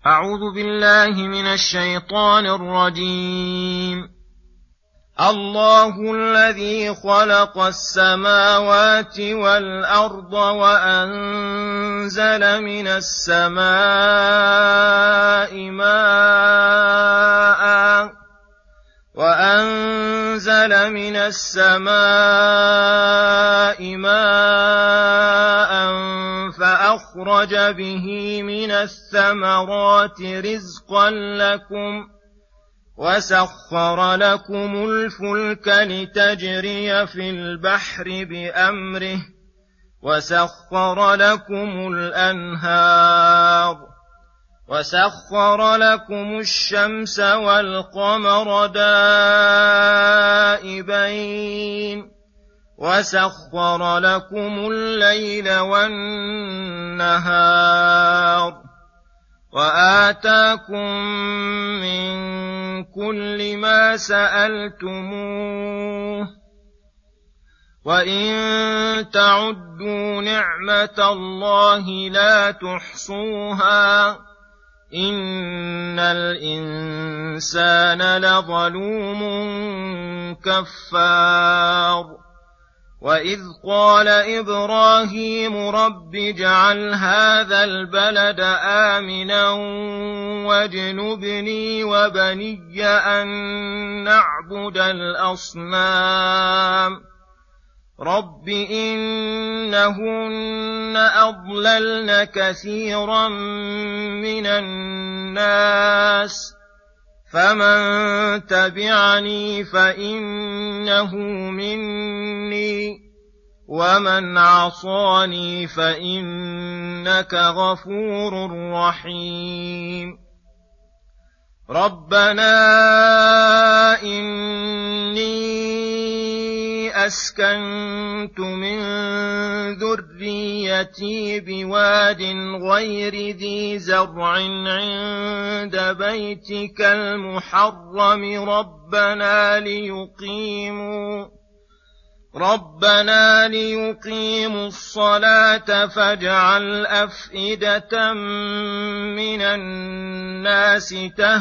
أعوذ بالله من الشيطان الرجيم. الله الذي خلق السماوات والأرض وأنزل من السماء ماء فأخرج به من الثمرات رزقا لكم وسخر لكم الفلك لتجري في البحر بأمره وسخر لكم الأنهار وسخر لكم الشمس والقمر دائبين وسخر لكم الليل والنهار وآتاكم من كل ما سألتموه وإن تعدوا نعمة الله لا تحصوها إن الإنسان لظلوم كفار وإذ قال إبراهيم رب اجعل هذا البلد آمنا واجنبني وبني أن نعبد الأصنام رب إنهن أضللن كثيرا من الناس فمن تبعني فإنه مني ومن عصاني فإنك غفور رحيم ربنا إني أسكنت من ذريتي بواد غير ذي زرع عند بيتك المحرم ربنا ليقيموا الصلاة فاجعل أفئدة من الناس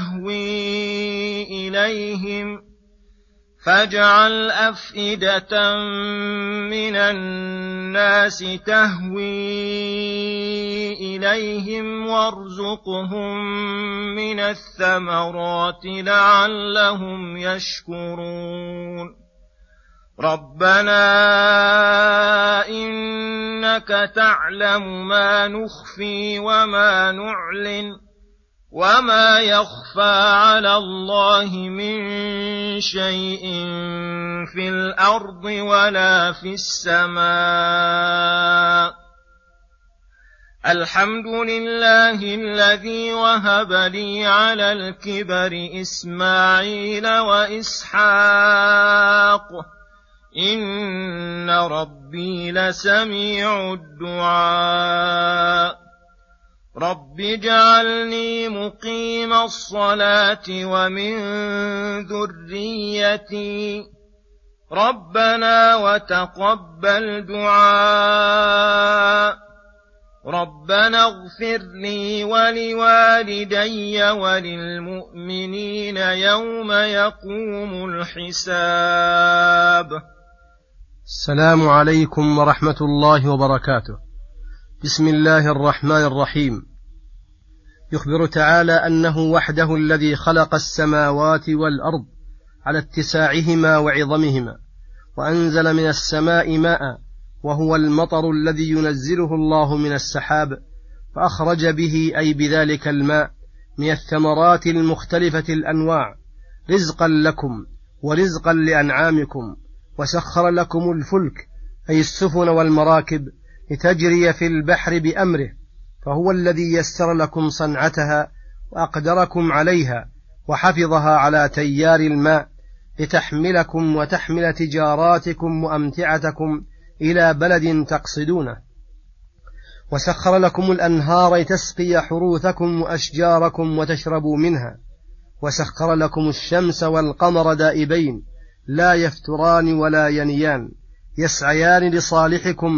تهوي إليهم وارزقهم من الثمرات لعلهم يشكرون ربنا إنك تعلم ما نخفي وما نعلن وما يخفى على الله من شيء في الأرض ولا في السماء الحمد لله الذي وهب لي على الكبر إسماعيل وإسحاق إن ربي لسميع الدعاء رب اجعلني مقيم الصلاة ومن ذريتي ربنا وتقبل دعاء ربنا اغفر لي ولوالدي وللمؤمنين يوم يقوم الحساب. السلام عليكم ورحمة الله وبركاته. بسم الله الرحمن الرحيم. يخبر تعالى أنه وحده الذي خلق السماوات والأرض على اتساعهما وعظمهما، وأنزل من السماء ماء وهو المطر الذي ينزله الله من السحاب، فأخرج به أي بذلك الماء من الثمرات المختلفة الأنواع رزقا لكم ورزقا لأنعامكم، وسخر لكم الفلك أي السفن والمراكب لتجري في البحر بأمره، فهو الذي يسر لكم صنعتها وأقدركم عليها وحفظها على تيار الماء لتحملكم وتحمل تجاراتكم وأمتعتكم إلى بلد تقصدونه، وسخر لكم الأنهار تسقي حروثكم وأشجاركم وتشربوا منها، وسخر لكم الشمس والقمر دائبين لا يفتران ولا ينيان، يسعيان لصالحكم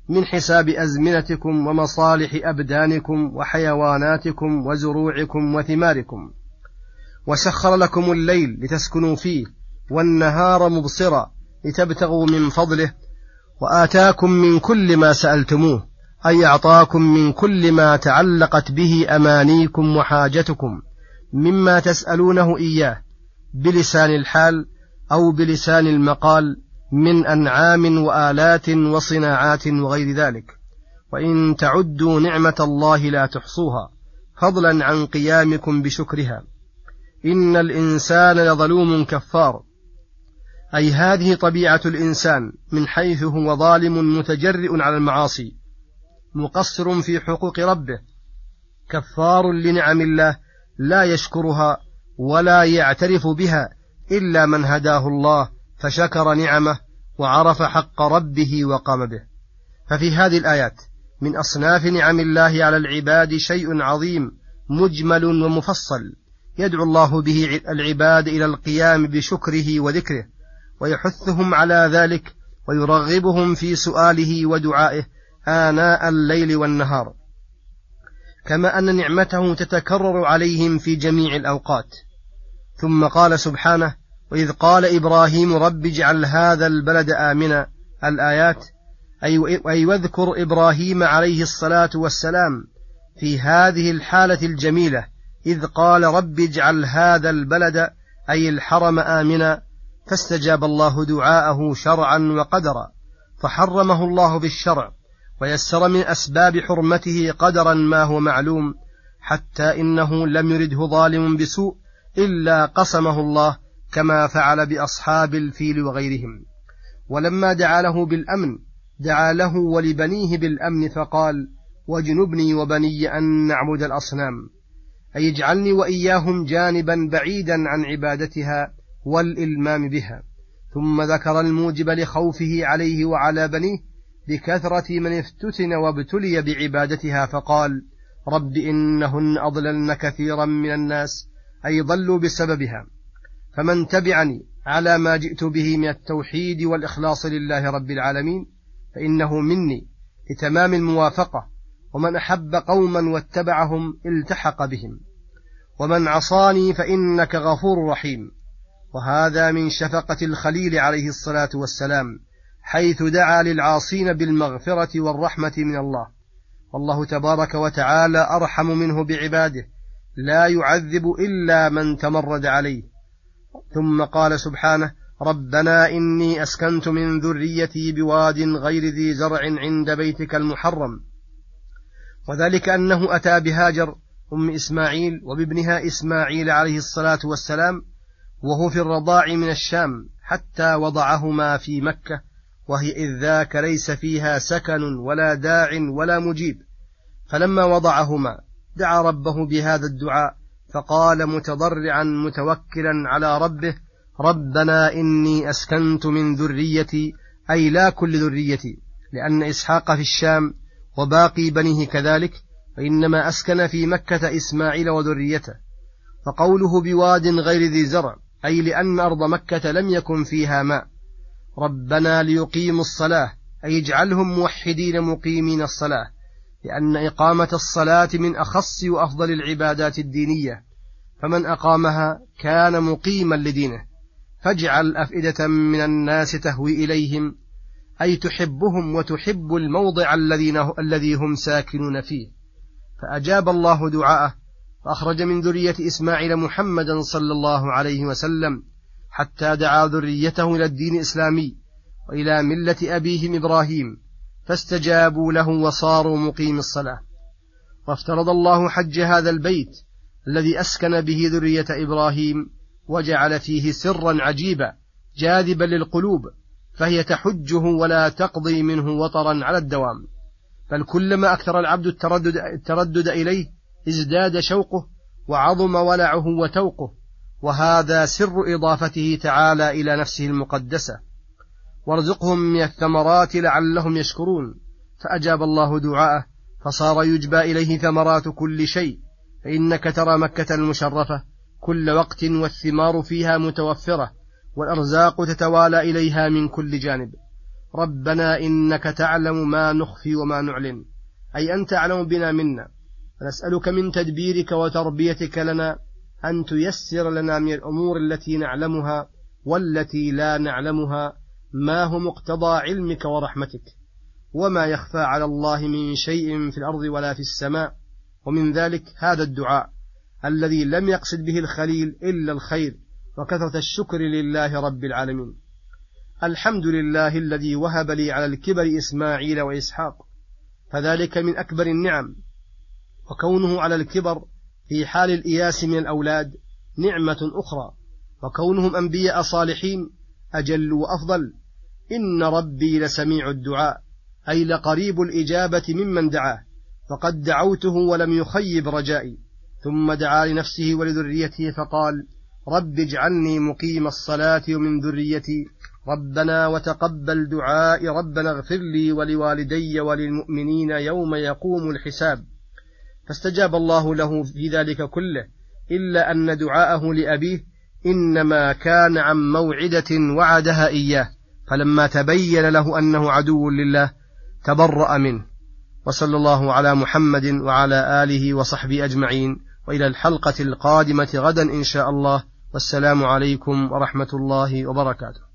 من حساب أزمنتكم ومصالح أبدانكم وحيواناتكم وزروعكم وثماركم، وسخر لكم الليل لتسكنوا فيه والنهار مبصرا لتبتغوا من فضله، وآتاكم من كل ما سألتموه، أي أعطاكم من كل ما تعلقت به أمانيكم وحاجتكم مما تسألونه إياه بلسان الحال أو بلسان المقال من أنعام وآلات وصناعات وغير ذلك، وإن تعدوا نعمة الله لا تحصوها، فضلا عن قيامكم بشكرها. إن الإنسان لظلوم كفار، أي هذه طبيعة الإنسان من حيث هو ظالم متجرئ على المعاصي، مقصر في حقوق ربه، كفار لنعم الله لا يشكرها ولا يعترف بها إلا من هداه الله فشكر نعمه وعرف حق ربه وقام به. ففي هذه الآيات من أصناف نعم الله على العباد شيء عظيم مجمل ومفصل، يدعو الله به العباد إلى القيام بشكره وذكره، ويحثهم على ذلك ويرغبهم في سؤاله ودعائه آناء الليل والنهار، كما أن نعمته تتكرر عليهم في جميع الأوقات. ثم قال سبحانه: وإذ قال إبراهيم رب اجعل هذا البلد آمنا، الآيات، أي واذكر إبراهيم عليه الصلاة والسلام في هذه الحالة الجميلة، إذ قال رب اجعل هذا البلد أي الحرم آمنا، فاستجاب الله دعاءه شرعا وقدرا، فحرمه الله بالشرع ويسر من أسباب حرمته قدرا ما هو معلوم، حتى إنه لم يرده ظالم بسوء إلا قسمه الله، كما فعل بأصحاب الفيل وغيرهم. ولما دعا له بالأمن دعا له ولبنيه بالأمن، فقال: واجنبني وبني أن نعبد الأصنام، أي اجعلني وإياهم جانبا بعيدا عن عبادتها والإلمام بها. ثم ذكر الموجب لخوفه عليه وعلى بنيه بكثرة من افتتن وابتلي بعبادتها، فقال: رب إنهن أضللن كثيرا من الناس، أي ضلوا بسببها، فمن تبعني على ما جئت به من التوحيد والإخلاص لله رب العالمين فإنه مني لتمام الموافقة، ومن أحب قوما واتبعهم التحق بهم، ومن عصاني فإنك غفور رحيم. وهذا من شفقة الخليل عليه الصلاة والسلام، حيث دعا للعاصين بالمغفرة والرحمة من الله، والله تبارك وتعالى أرحم منه بعباده، لا يعذب إلا من تمرد عليه. ثم قال سبحانه: ربنا إني أسكنت من ذريتي بواد غير ذي زرع عند بيتك المحرم، وذلك أنه أتى بهاجر أم إسماعيل وبابنها إسماعيل عليه الصلاة والسلام وهو في الرضاع من الشام، حتى وضعهما في مكة، وهي إذ ذاك ليس فيها سكن ولا داع ولا مجيب. فلما وضعهما دعا ربه بهذا الدعاء، فقال متضرعا متوكلا على ربه: ربنا إني أسكنت من ذريتي، أي لا كل ذريتي، لأن إسحاق في الشام وباقي بنيه كذلك، فإنما أسكن في مكة إسماعيل وذريته. فقوله بواد غير ذي زرع، أي لأن أرض مكة لم يكن فيها ماء. ربنا ليقيموا الصلاة، أي اجعلهم موحدين مقيمين الصلاة، لأن إقامة الصلاة من أخص وأفضل العبادات الدينية، فمن أقامها كان مقيما لدينه. فاجعل أفئدة من الناس تهوي إليهم، أي تحبهم وتحب الموضع الذي هم ساكنون فيه. فأجاب الله دعاءه، فأخرج من ذرية إسماعيل محمدا صلى الله عليه وسلم، حتى دعا ذريته إلى الدين الإسلامي وإلى ملة أبيهم إبراهيم، فاستجابوا له وصاروا مقيم الصلاة. وافترض الله حج هذا البيت الذي أسكن به ذرية إبراهيم، وجعل فيه سرا عجيبا جاذبا للقلوب، فهي تحجه ولا تقضي منه وطرا على الدوام، بل كلما أكثر العبد التردد إليه ازداد شوقه وعظم ولعه وتوقه، وهذا سر إضافته تعالى إلى نفسه المقدسة. وارزقهم من الثمرات لعلهم يشكرون، فأجاب الله دعاءه، فصار يجبى إليه ثمرات كل شيء، فإنك ترى مكة المشرفة كل وقت والثمار فيها متوفرة، والأرزاق تتوالى إليها من كل جانب. ربنا إنك تعلم ما نخفي وما نعلن، أي أنت أعلم بنا منا، فنسألك من تدبيرك وتربيتك لنا أن تيسر لنا من الأمور التي نعلمها والتي لا نعلمها ما هو مقتضى علمك ورحمتك، وما يخفى على الله من شيء في الأرض ولا في السماء. ومن ذلك هذا الدعاء الذي لم يقصد به الخليل إلا الخير وكثرة الشكر لله رب العالمين. الحمد لله الذي وهب لي على الكبر إسماعيل وإسحاق، فذلك من أكبر النعم، وكونه على الكبر في حال الإياس من الأولاد نعمة أخرى، وكونهم أنبياء صالحين أجل وأفضل. إن ربي لسميع الدعاء، أي لقريب الإجابة ممن دعاه، فقد دعوته ولم يخيب رجائي. ثم دعا لنفسه ولذريته فقال رب اجعلني مقيم الصلاة ومن ذريتي ربنا وتقبل دعائي ربنا اغفر لي ولوالدي وللمؤمنين يوم يقوم الحساب. فاستجاب الله له في ذلك كله، إلا أن دعاءه لأبيه إنما كان عن موعدة وعدها إياه، فلما تبين له أنه عدو لله تبرأ منه. وصلى الله على محمد وعلى آله وصحبه أجمعين، وإلى الحلقة القادمة غدا إن شاء الله، والسلام عليكم ورحمة الله وبركاته.